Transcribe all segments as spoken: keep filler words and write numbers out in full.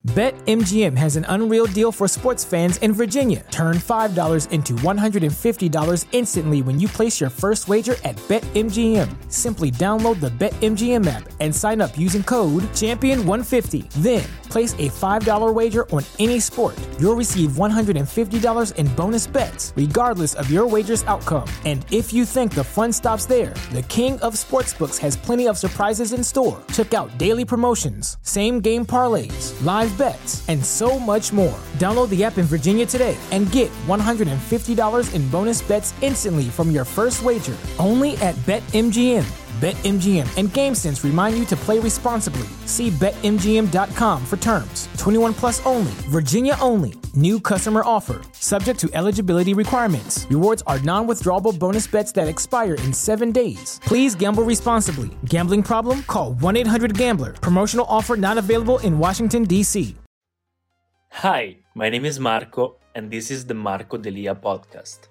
BetMGM has an unreal deal for sports fans in Virginia. Turn five dollars into one hundred fifty dollars instantly when you place your first wager at BetMGM. Simply download the BetMGM app and sign up using code champion one fifty. Then, place a five dollars wager on any sport. You'll receive one hundred fifty dollars in bonus bets, regardless of your wager's outcome. And if you think the fun stops there, the King of Sportsbooks has plenty of surprises in store. Check out daily promotions, same-game parlays, live bets, and so much more. Download the app in Virginia today and get one hundred fifty dollars in bonus bets instantly from your first wager. Only at BetMGM. BetMGM and GameSense remind you to play responsibly. See Bet M G M dot com for terms. twenty-one plus only. Virginia only. New customer offer. Subject to eligibility requirements. Rewards are non-withdrawable bonus bets that expire in seven days. Please gamble responsibly. Gambling problem? Call one eight hundred gambler. Promotional offer not available in Washington, D C. Hi, my name is Marco and this is the Marco Delia podcast.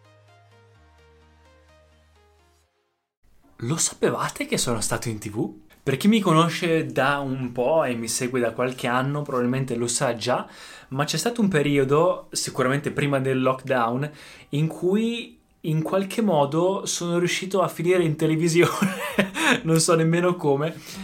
Lo sapevate che sono stato in tivù? Per chi mi conosce da un po' e mi segue da qualche anno probabilmente lo sa già, ma c'è stato un periodo, sicuramente prima del lockdown, in cui in qualche modo sono riuscito a finire in televisione, non so nemmeno come,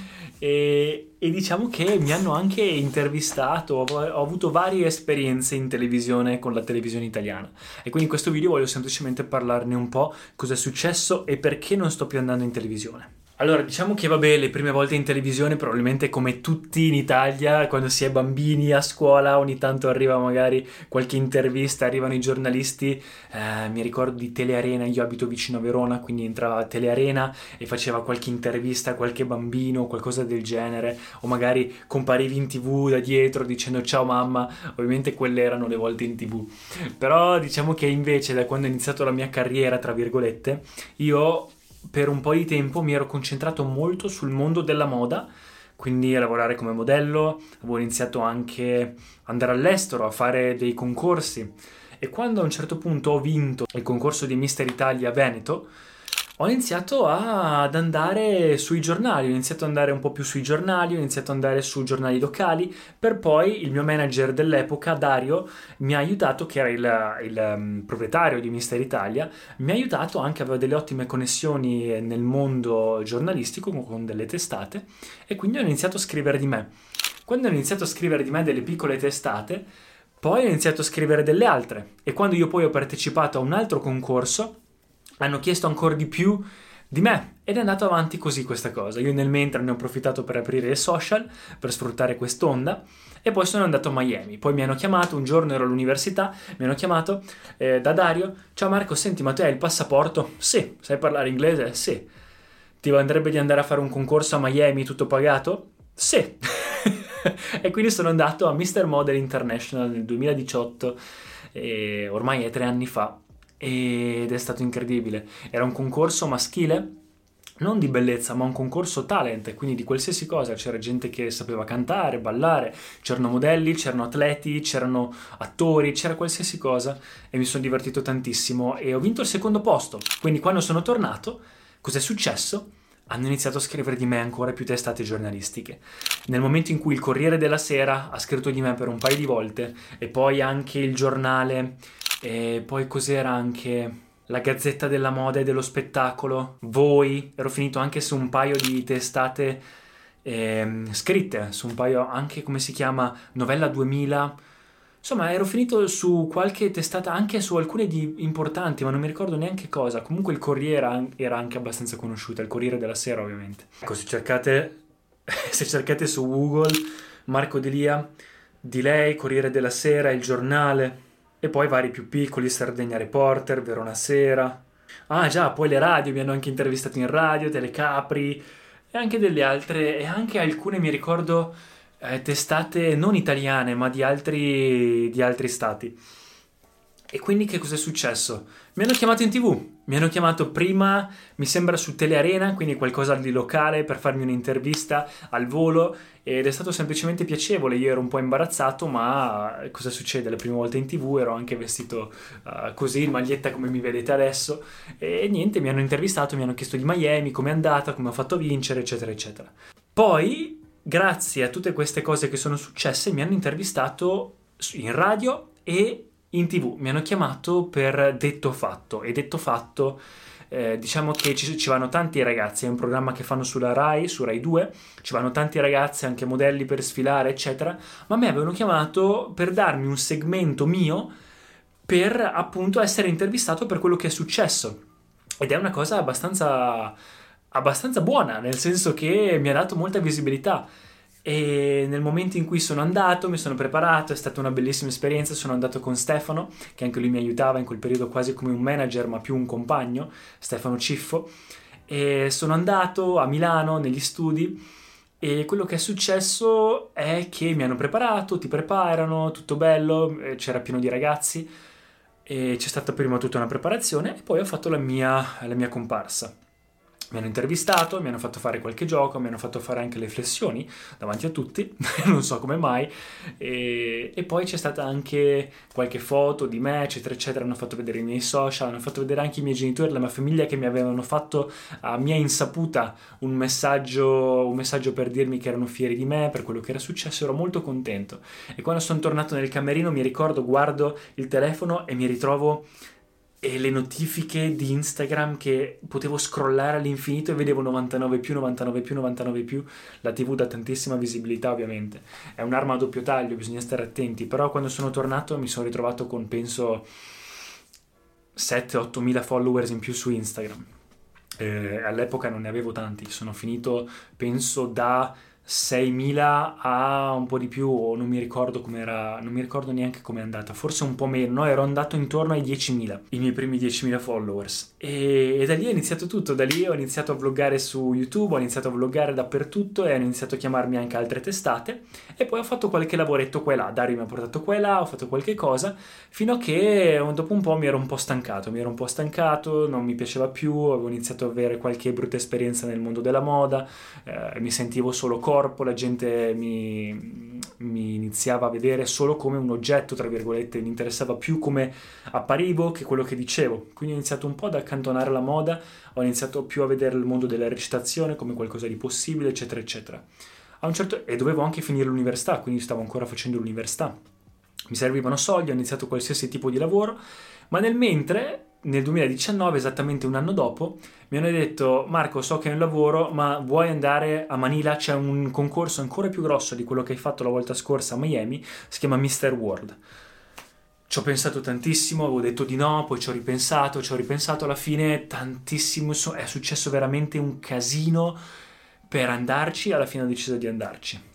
e, e diciamo che mi hanno anche intervistato, ho, ho avuto varie esperienze in televisione con la televisione italiana e quindi in questo video voglio semplicemente parlarne un po' cosa è successo e perché non sto più andando in televisione. Allora, diciamo che vabbè, le prime volte in televisione probabilmente come tutti in Italia, quando si è bambini a scuola ogni tanto arriva magari qualche intervista, arrivano i giornalisti, eh, mi ricordo di Telearena, io abito vicino a Verona, quindi entrava a Telearena e faceva qualche intervista a qualche bambino, qualcosa del genere, o magari comparivi in tv da dietro dicendo ciao mamma, ovviamente quelle erano le volte in tv. Però diciamo che invece da quando ho iniziato la mia carriera, tra virgolette, io per un po' di tempo mi ero concentrato molto sul mondo della moda, quindi a lavorare come modello, avevo iniziato anche ad andare all'estero a fare dei concorsi e quando a un certo punto ho vinto il concorso di Mister Italia Veneto ho iniziato ad andare sui giornali, ho iniziato ad andare un po' più sui giornali, ho iniziato ad andare su giornali locali, per poi il mio manager dell'epoca, Dario, mi ha aiutato, che era il, il um, proprietario di Mister Italia, mi ha aiutato anche, aveva delle ottime connessioni nel mondo giornalistico con, con delle testate e quindi ho iniziato a scrivere di me. Quando ho iniziato a scrivere di me delle piccole testate, poi ho iniziato a scrivere delle altre e quando io poi ho partecipato a un altro concorso hanno chiesto ancora di più di me ed è andato avanti così questa cosa. Io nel mentre ne ho approfittato per aprire i social, per sfruttare quest'onda e poi sono andato a Miami. Poi mi hanno chiamato, un giorno ero all'università, mi hanno chiamato eh, da Dario: ciao Marco, senti, ma tu hai il passaporto? Sì. Sai parlare inglese? Sì. Ti andrebbe di andare a fare un concorso a Miami tutto pagato? Sì. E quindi sono andato a Mister Model International nel duemiladiciotto, e ormai è tre anni fa, ed è stato incredibile. Era un concorso maschile, non di bellezza, ma un concorso talent, quindi di qualsiasi cosa. C'era gente che sapeva cantare, ballare, c'erano modelli, c'erano atleti, c'erano attori, c'era qualsiasi cosa e mi sono divertito tantissimo e ho vinto il secondo posto. Quindi quando sono tornato, cos'è successo? Hanno iniziato a scrivere di me ancora più testate giornalistiche. Nel momento in cui il Corriere della Sera ha scritto di me per un paio di volte e poi anche il Giornale e poi cos'era anche la Gazzetta della Moda e dello Spettacolo, Voi, ero finito anche su un paio di testate eh, scritte, su un paio anche, come si chiama, Novella duemila, insomma ero finito su qualche testata, anche su alcune di importanti, ma non mi ricordo neanche cosa. Comunque il Corriere era anche abbastanza conosciuta, il Corriere della Sera ovviamente. Ecco, se cercate, se cercate su Google Marco Delia, di lei, Corriere della Sera, Il Giornale, e poi vari più piccoli, Sardegna Reporter, Verona Sera. Ah già, poi le radio, mi hanno anche intervistato in radio, Telecapri e anche delle altre, e anche alcune mi ricordo eh, testate non italiane ma di altri, di altri stati. E quindi che cosa è successo? Mi hanno chiamato in tv, mi hanno chiamato prima, mi sembra su Telearena, quindi qualcosa di locale, per farmi un'intervista al volo, ed è stato semplicemente piacevole. Io ero un po' imbarazzato, ma cosa succede? Le prime volte in tv ero anche vestito uh, così, in maglietta come mi vedete adesso, e niente, mi hanno intervistato, mi hanno chiesto di Miami, com'è andata, come ho fatto a vincere, eccetera eccetera. Poi grazie a tutte queste cose che sono successe mi hanno intervistato in radio e in tv, mi hanno chiamato per Detto Fatto, e Detto Fatto eh, diciamo che ci, ci vanno tanti ragazzi, è un programma che fanno sulla Rai, su Rai due, ci vanno tanti ragazzi, anche modelli per sfilare eccetera, ma me avevano chiamato per darmi un segmento mio per appunto essere intervistato per quello che è successo, ed è una cosa abbastanza abbastanza buona, nel senso che mi ha dato molta visibilità. E nel momento in cui sono andato, mi sono preparato, è stata una bellissima esperienza. Sono andato con Stefano, che anche lui mi aiutava in quel periodo quasi come un manager, ma più un compagno, Stefano Ciffo, e sono andato a Milano negli studi, e quello che è successo è che mi hanno preparato, ti preparano, tutto bello, c'era pieno di ragazzi, e c'è stata prima tutta una preparazione, e poi ho fatto la mia, la mia comparsa. Mi hanno intervistato, mi hanno fatto fare qualche gioco, mi hanno fatto fare anche le flessioni davanti a tutti, non so come mai, e, e poi c'è stata anche qualche foto di me, eccetera, eccetera, hanno fatto vedere i miei social, hanno fatto vedere anche i miei genitori, la mia famiglia, che mi avevano fatto a mia insaputa un messaggio, un messaggio per dirmi che erano fieri di me per quello che era successo. Ero molto contento, e quando sono tornato nel camerino mi ricordo, guardo il telefono e mi ritrovo e le notifiche di Instagram che potevo scrollare all'infinito e vedevo novantanove più, novantanove più, novantanove più. La tivù dà tantissima visibilità, ovviamente. È un'arma a doppio taglio, bisogna stare attenti. Però quando sono tornato mi sono ritrovato con, penso, sette otto mila followers in più su Instagram. Eh, all'epoca non ne avevo tanti. Sono finito, penso, da seimila a un po' di più, o non mi ricordo com'era, non mi ricordo neanche com'è andata, forse un po' meno, no? Ero andato intorno ai diecimila, i miei primi diecimila followers, e, e da lì è iniziato tutto. Da lì ho iniziato a vloggare su YouTube, ho iniziato a vloggare dappertutto, e hanno iniziato a chiamarmi anche altre testate, e poi ho fatto qualche lavoretto qua e là. Dario mi ha portato qua e là, ho fatto qualche cosa, fino a che dopo un po' mi ero un po' stancato, mi ero un po' stancato, non mi piaceva più, avevo iniziato ad avere qualche brutta esperienza nel mondo della moda, eh, mi sentivo solo corpo, la gente mi, mi iniziava a vedere solo come un oggetto, tra virgolette, mi interessava più come apparivo che quello che dicevo. Quindi ho iniziato un po' ad accantonare la moda, ho iniziato più a vedere il mondo della recitazione come qualcosa di possibile, eccetera, eccetera. A un certo... E dovevo anche finire l'università, quindi stavo ancora facendo l'università. Mi servivano soldi, ho iniziato qualsiasi tipo di lavoro, ma nel mentre... Nel duemiladiciannove, esattamente un anno dopo, mi hanno detto: Marco, so che hai un lavoro, ma vuoi andare a Manila? C'è un concorso ancora più grosso di quello che hai fatto la volta scorsa a Miami, si chiama mister World. Ci ho pensato tantissimo, avevo detto di no, poi ci ho ripensato, ci ho ripensato, alla fine tantissimo, è successo veramente un casino per andarci, alla fine ho deciso di andarci.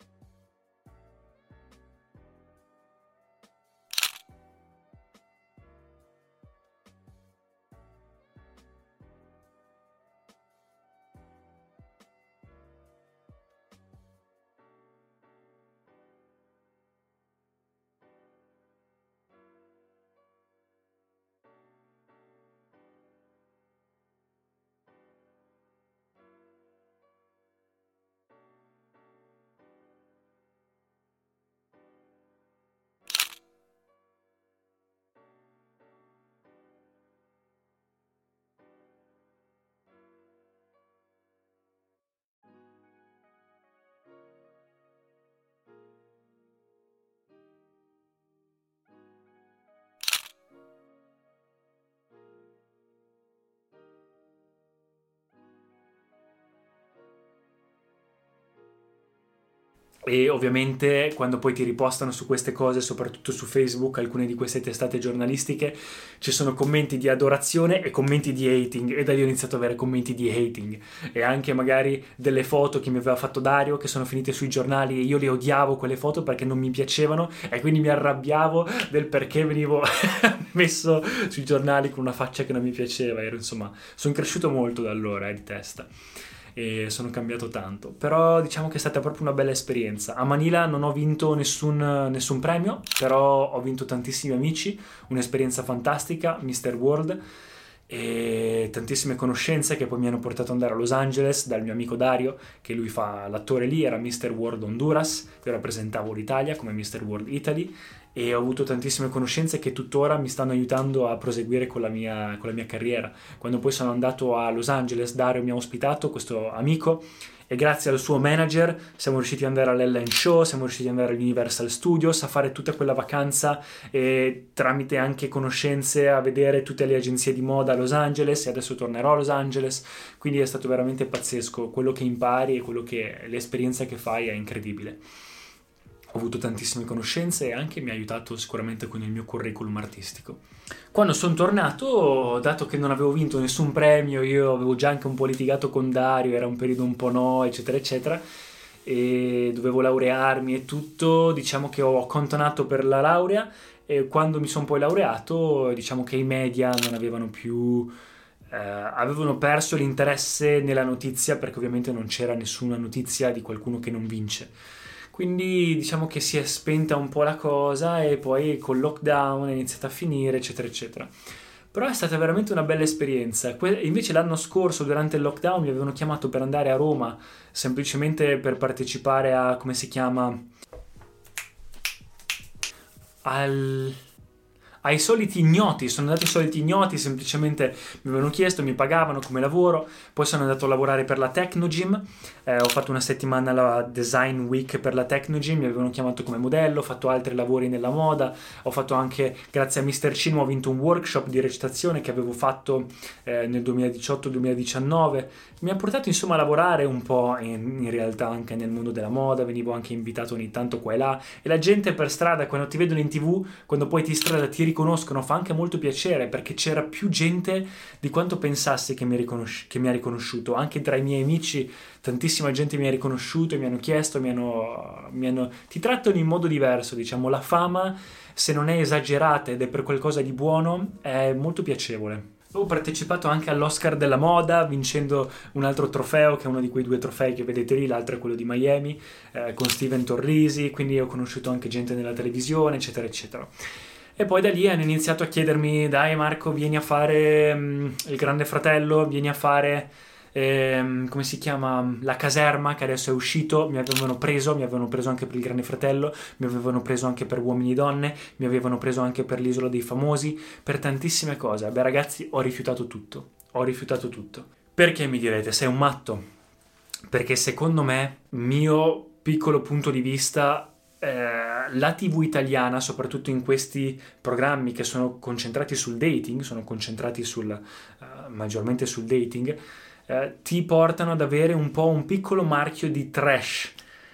E ovviamente quando poi ti ripostano su queste cose, soprattutto su Facebook, alcune di queste testate giornalistiche, ci sono commenti di adorazione e commenti di hating, e da lì ho iniziato ad avere commenti di hating, e anche magari delle foto che mi aveva fatto Dario che sono finite sui giornali, e io le odiavo quelle foto perché non mi piacevano, e quindi mi arrabbiavo del perché venivo messo sui giornali con una faccia che non mi piaceva. Ero, insomma, sono cresciuto molto da allora, eh, di testa, e sono cambiato tanto, però diciamo che è stata proprio una bella esperienza. A Manila non ho vinto nessun, nessun premio, però ho vinto tantissimi amici, un'esperienza fantastica, mister World, e tantissime conoscenze che poi mi hanno portato ad andare a Los Angeles dal mio amico Dario, che lui fa l'attore lì, era mister World Honduras, io rappresentavo l'Italia come mister World Italy, e ho avuto tantissime conoscenze che tuttora mi stanno aiutando a proseguire con la mia, con la mia carriera. Quando poi sono andato a Los Angeles, Dario mi ha ospitato, questo amico, e grazie al suo manager siamo riusciti ad andare all'Ellen Show, siamo riusciti ad andare all'Universal Studios, a fare tutta quella vacanza e tramite anche conoscenze a vedere tutte le agenzie di moda a Los Angeles, e adesso tornerò a Los Angeles, quindi è stato veramente pazzesco. Quello che impari e quello che l'esperienza che fai è incredibile. Ho avuto tantissime conoscenze e anche mi ha aiutato sicuramente con il mio curriculum artistico. Quando sono tornato, dato che non avevo vinto nessun premio, io avevo già anche un po' litigato con Dario, era un periodo un po' no, eccetera, eccetera, e dovevo laurearmi e tutto, diciamo che ho accantonato per la laurea, e quando mi sono poi laureato, diciamo che i media non avevano più... Eh, avevano perso l'interesse nella notizia, perché ovviamente non c'era nessuna notizia di qualcuno che non vince. Quindi diciamo che si è spenta un po' la cosa e poi col lockdown è iniziata a finire, eccetera, eccetera. Però è stata veramente una bella esperienza. Que- invece l'anno scorso, durante il lockdown, mi avevano chiamato per andare a Roma, semplicemente per partecipare a, come si chiama, al... ai soliti ignoti. Sono andato ai soliti ignoti, semplicemente mi avevano chiesto, mi pagavano come lavoro, poi sono andato a lavorare per la Technogym, eh, ho fatto una settimana alla Design Week per la Technogym, mi avevano chiamato come modello, ho fatto altri lavori nella moda, ho fatto anche, grazie a mister Cino, ho vinto un workshop di recitazione che avevo fatto eh, nel duemiladiciotto duemiladiciannove, mi ha portato insomma a lavorare un po' in, in realtà anche nel mondo della moda, venivo anche invitato ogni tanto qua e là, e la gente per strada, quando ti vedono in tv, quando poi ti strada ti riconoscono, fa anche molto piacere, perché c'era più gente di quanto pensassi che mi, riconosci- che mi ha riconosciuto. Anche tra i miei amici tantissima gente mi ha riconosciuto e mi hanno chiesto, mi hanno, mi hanno... ti trattano in modo diverso, diciamo. La fama, se non è esagerata ed è per qualcosa di buono, è molto piacevole. Ho partecipato anche all'Oscar della moda, vincendo un altro trofeo, che è uno di quei due trofei che vedete lì, l'altro è quello di Miami, eh, con Steven Torrisi, quindi ho conosciuto anche gente nella televisione, eccetera, eccetera. E poi da lì hanno iniziato a chiedermi, dai Marco, vieni a fare um, Il Grande Fratello, vieni a fare, ehm, come si chiama, La Caserma, che adesso è uscito, mi avevano preso, mi avevano preso anche per Il Grande Fratello, mi avevano preso anche per Uomini e Donne, mi avevano preso anche per l'Isola dei Famosi, per tantissime cose. Beh ragazzi, ho rifiutato tutto, ho rifiutato tutto. Perché mi direte, sei un matto? Perché secondo me, mio piccolo punto di vista... Eh, la tivù italiana, soprattutto in questi programmi che sono concentrati sul dating, sono concentrati sul, uh, maggiormente sul dating, eh, ti portano ad avere un po' un piccolo marchio di trash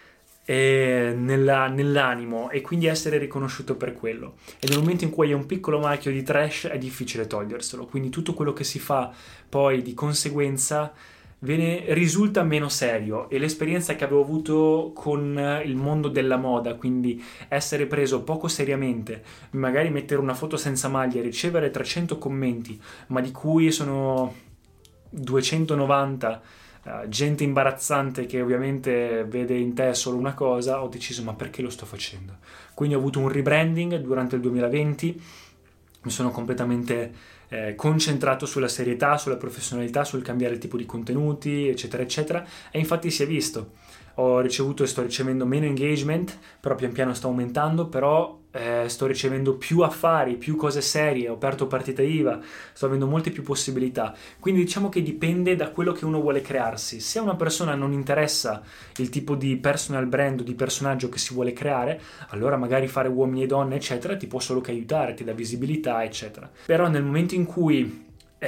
eh, nella, nell'animo, e quindi essere riconosciuto per quello. E nel momento in cui hai un piccolo marchio di trash è difficile toglierselo, quindi tutto quello che si fa poi di conseguenza ve ne risulta meno serio. E l'esperienza che avevo avuto con il mondo della moda, quindi essere preso poco seriamente, magari mettere una foto senza maglia e ricevere trecento commenti, ma di cui sono duecentonovanta uh, gente imbarazzante che ovviamente vede in te solo una cosa, ho deciso ma perché lo sto facendo? Quindi ho avuto un rebranding durante il duemilaventi, mi sono completamente Eh, concentrato sulla serietà, sulla professionalità, sul cambiare il tipo di contenuti, eccetera, eccetera, e infatti si è visto. Ho ricevuto e sto ricevendo meno engagement, però pian piano sto aumentando, però eh, sto ricevendo più affari, più cose serie, ho aperto partita I V A, sto avendo molte più possibilità. Quindi diciamo che dipende da quello che uno vuole crearsi. Se a una persona non interessa il tipo di personal brand o di personaggio che si vuole creare, allora magari fare uomini e donne, eccetera, ti può solo che aiutare, ti dà visibilità, eccetera. Però nel momento in cui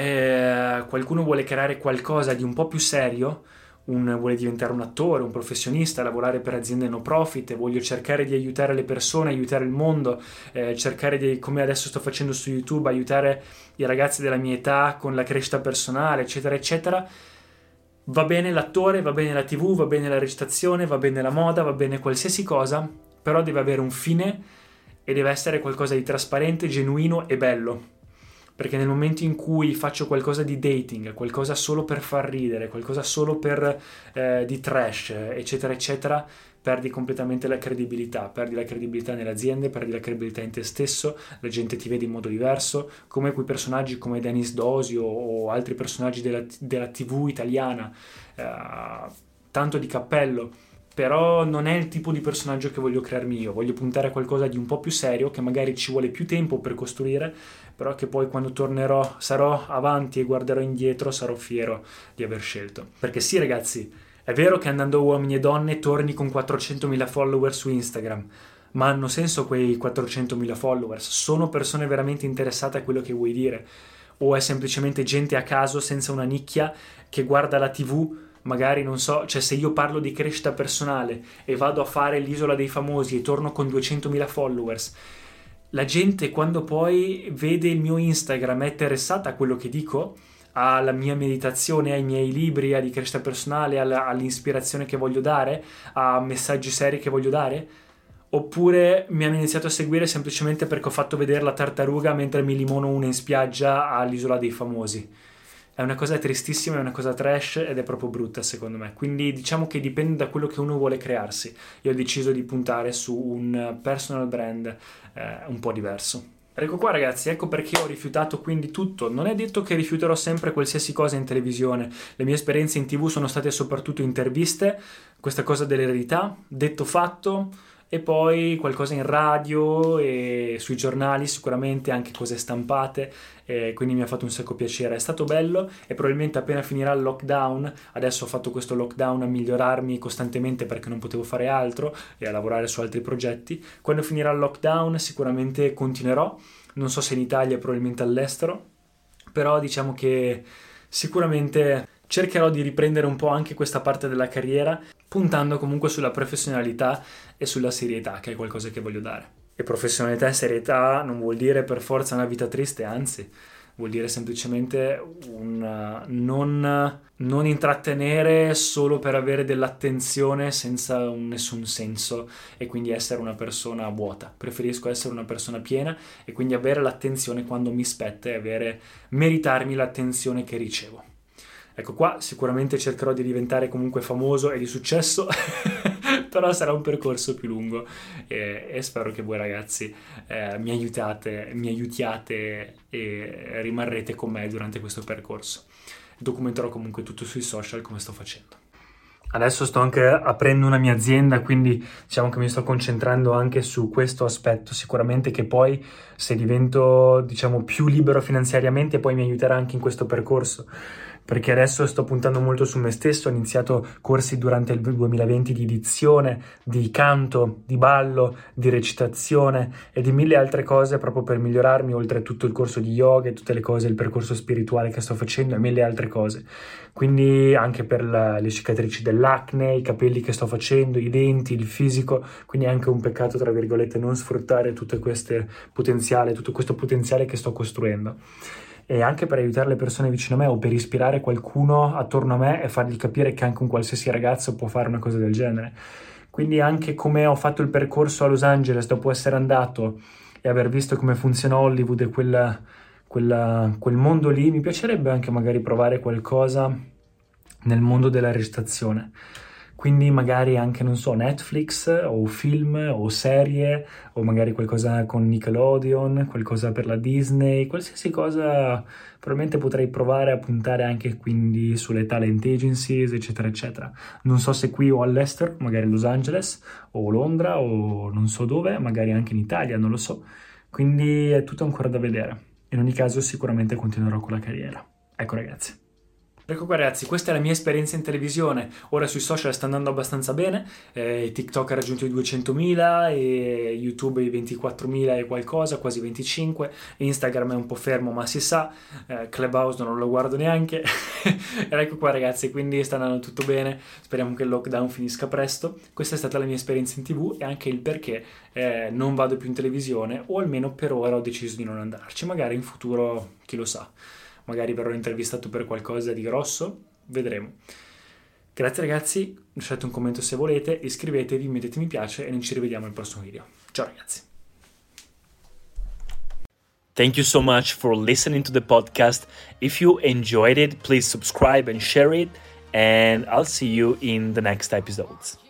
eh, qualcuno vuole creare qualcosa di un po' più serio, Un, vuole diventare un attore, un professionista, lavorare per aziende no profit, voglio cercare di aiutare le persone, aiutare il mondo, eh, cercare di, come adesso sto facendo su YouTube, aiutare i ragazzi della mia età con la crescita personale, eccetera, eccetera. Va bene l'attore, va bene la tivù, va bene la recitazione, va bene la moda, va bene qualsiasi cosa, però deve avere un fine e deve essere qualcosa di trasparente, genuino e bello. Perché nel momento in cui faccio qualcosa di dating, qualcosa solo per far ridere, qualcosa solo per eh, di trash, eccetera, eccetera, perdi completamente la credibilità, perdi la credibilità nelle aziende, perdi la credibilità in te stesso, la gente ti vede in modo diverso, come quei personaggi come Dennis Dosio o altri personaggi della, della tivù italiana, eh, tanto di cappello. Però non è il tipo di personaggio che voglio crearmi io, voglio puntare a qualcosa di un po' più serio, che magari ci vuole più tempo per costruire, però che poi quando tornerò, sarò avanti e guarderò indietro, sarò fiero di aver scelto. Perché sì ragazzi, È vero che andando uomini e donne torni con quattrocentomila follower su Instagram, ma hanno senso quei quattrocentomila followers? Sono persone veramente interessate a quello che vuoi dire? O è semplicemente gente a caso senza una nicchia che guarda la tivù, magari non so, cioè se io parlo di crescita personale e vado a fare l'isola dei famosi e torno con duecentomila followers, la gente quando poi vede il mio Instagram è interessata a quello che dico? Alla mia meditazione, ai miei libri, alla crescita personale, alla, all'ispirazione che voglio dare, a messaggi seri che voglio dare? Oppure mi hanno iniziato a seguire semplicemente perché ho fatto vedere la tartaruga mentre mi limono una in spiaggia all'isola dei famosi? È una cosa tristissima, è una cosa trash ed è proprio brutta secondo me. Quindi diciamo che dipende da quello che uno vuole crearsi. Io ho deciso di puntare su un personal brand eh, un po' diverso. Ecco qua ragazzi, ecco perché ho rifiutato quindi tutto. Non è detto che rifiuterò sempre qualsiasi cosa in televisione. Le mie esperienze in tv sono state soprattutto interviste, questa cosa dell'eredità, detto fatto, e poi qualcosa in radio e sui giornali, sicuramente anche cose stampate, e quindi mi ha fatto un sacco piacere. È stato bello e probabilmente appena finirà il lockdown, adesso ho fatto questo lockdown a migliorarmi costantemente perché non potevo fare altro e a lavorare su altri progetti. Quando finirà il lockdown sicuramente continuerò, non so se in Italia, probabilmente all'estero, però diciamo che sicuramente cercherò di riprendere un po' anche questa parte della carriera, puntando comunque sulla professionalità e sulla serietà, che è qualcosa che voglio dare. E professionalità e serietà non vuol dire per forza una vita triste, anzi, vuol dire semplicemente un non, non intrattenere solo per avere dell'attenzione senza un, nessun senso e quindi essere una persona vuota. Preferisco essere una persona piena e quindi avere l'attenzione quando mi spetta e avere, meritarmi l'attenzione che ricevo. Ecco qua, sicuramente cercherò di diventare comunque famoso e di successo, però sarà un percorso più lungo e, e spero che voi ragazzi eh, mi aiutate, mi aiutiate e rimarrete con me durante questo percorso. Documenterò comunque tutto sui social come sto facendo. Adesso sto anche aprendo una mia azienda, quindi diciamo che mi sto concentrando anche su questo aspetto, sicuramente che poi se divento diciamo più libero finanziariamente poi mi aiuterà anche in questo percorso, perché adesso sto puntando molto su me stesso. Ho iniziato corsi durante il duemilaventi di dizione, di canto, di ballo, di recitazione e di mille altre cose proprio per migliorarmi, oltre a tutto il corso di yoga e tutte le cose, il percorso spirituale che sto facendo e mille altre cose. Quindi anche per la, le cicatrici dell'acne, i capelli che sto facendo, i denti, il fisico, quindi è anche un peccato tra virgolette non sfruttare tutte queste potenziale, tutto questo potenziale che sto costruendo. E anche per aiutare le persone vicino a me o per ispirare qualcuno attorno a me e fargli capire che anche un qualsiasi ragazzo può fare una cosa del genere. Quindi anche come ho fatto il percorso a Los Angeles dopo essere andato e aver visto come funziona Hollywood e quella, quella, quel mondo lì, mi piacerebbe anche magari provare qualcosa nel mondo della recitazione. Quindi magari anche, non so, Netflix o film o serie o magari qualcosa con Nickelodeon, qualcosa per la Disney, qualsiasi cosa probabilmente potrei provare a puntare anche quindi sulle talent agencies, eccetera, eccetera. Non so se qui o all'estero, magari Los Angeles o Londra o non so dove, magari anche in Italia, non lo so. Quindi è tutto ancora da vedere. In ogni caso sicuramente continuerò con la carriera. Ecco ragazzi. Ecco qua ragazzi, questa è la mia esperienza in televisione. Ora sui social sta andando abbastanza bene, eh, TikTok ha raggiunto i duecentomila e YouTube i ventiquattromila e qualcosa, quasi venticinque, Instagram è un po' fermo ma si sa, eh, Clubhouse non lo guardo neanche. Ed ecco qua ragazzi, quindi sta andando tutto bene, speriamo che il lockdown finisca presto. Questa è stata la mia esperienza in tv e anche il perché eh, non vado più in televisione, o almeno per ora ho deciso di non andarci, magari in futuro chi lo sa. Magari verrò intervistato per qualcosa di grosso, vedremo. Grazie ragazzi, lasciate un commento se volete, iscrivetevi, mettete mi piace e noi ci rivediamo al prossimo video. Ciao ragazzi. Thank you so much for listening to the podcast. If you enjoyed it, please subscribe and share it, and I'll see you in the next episodes.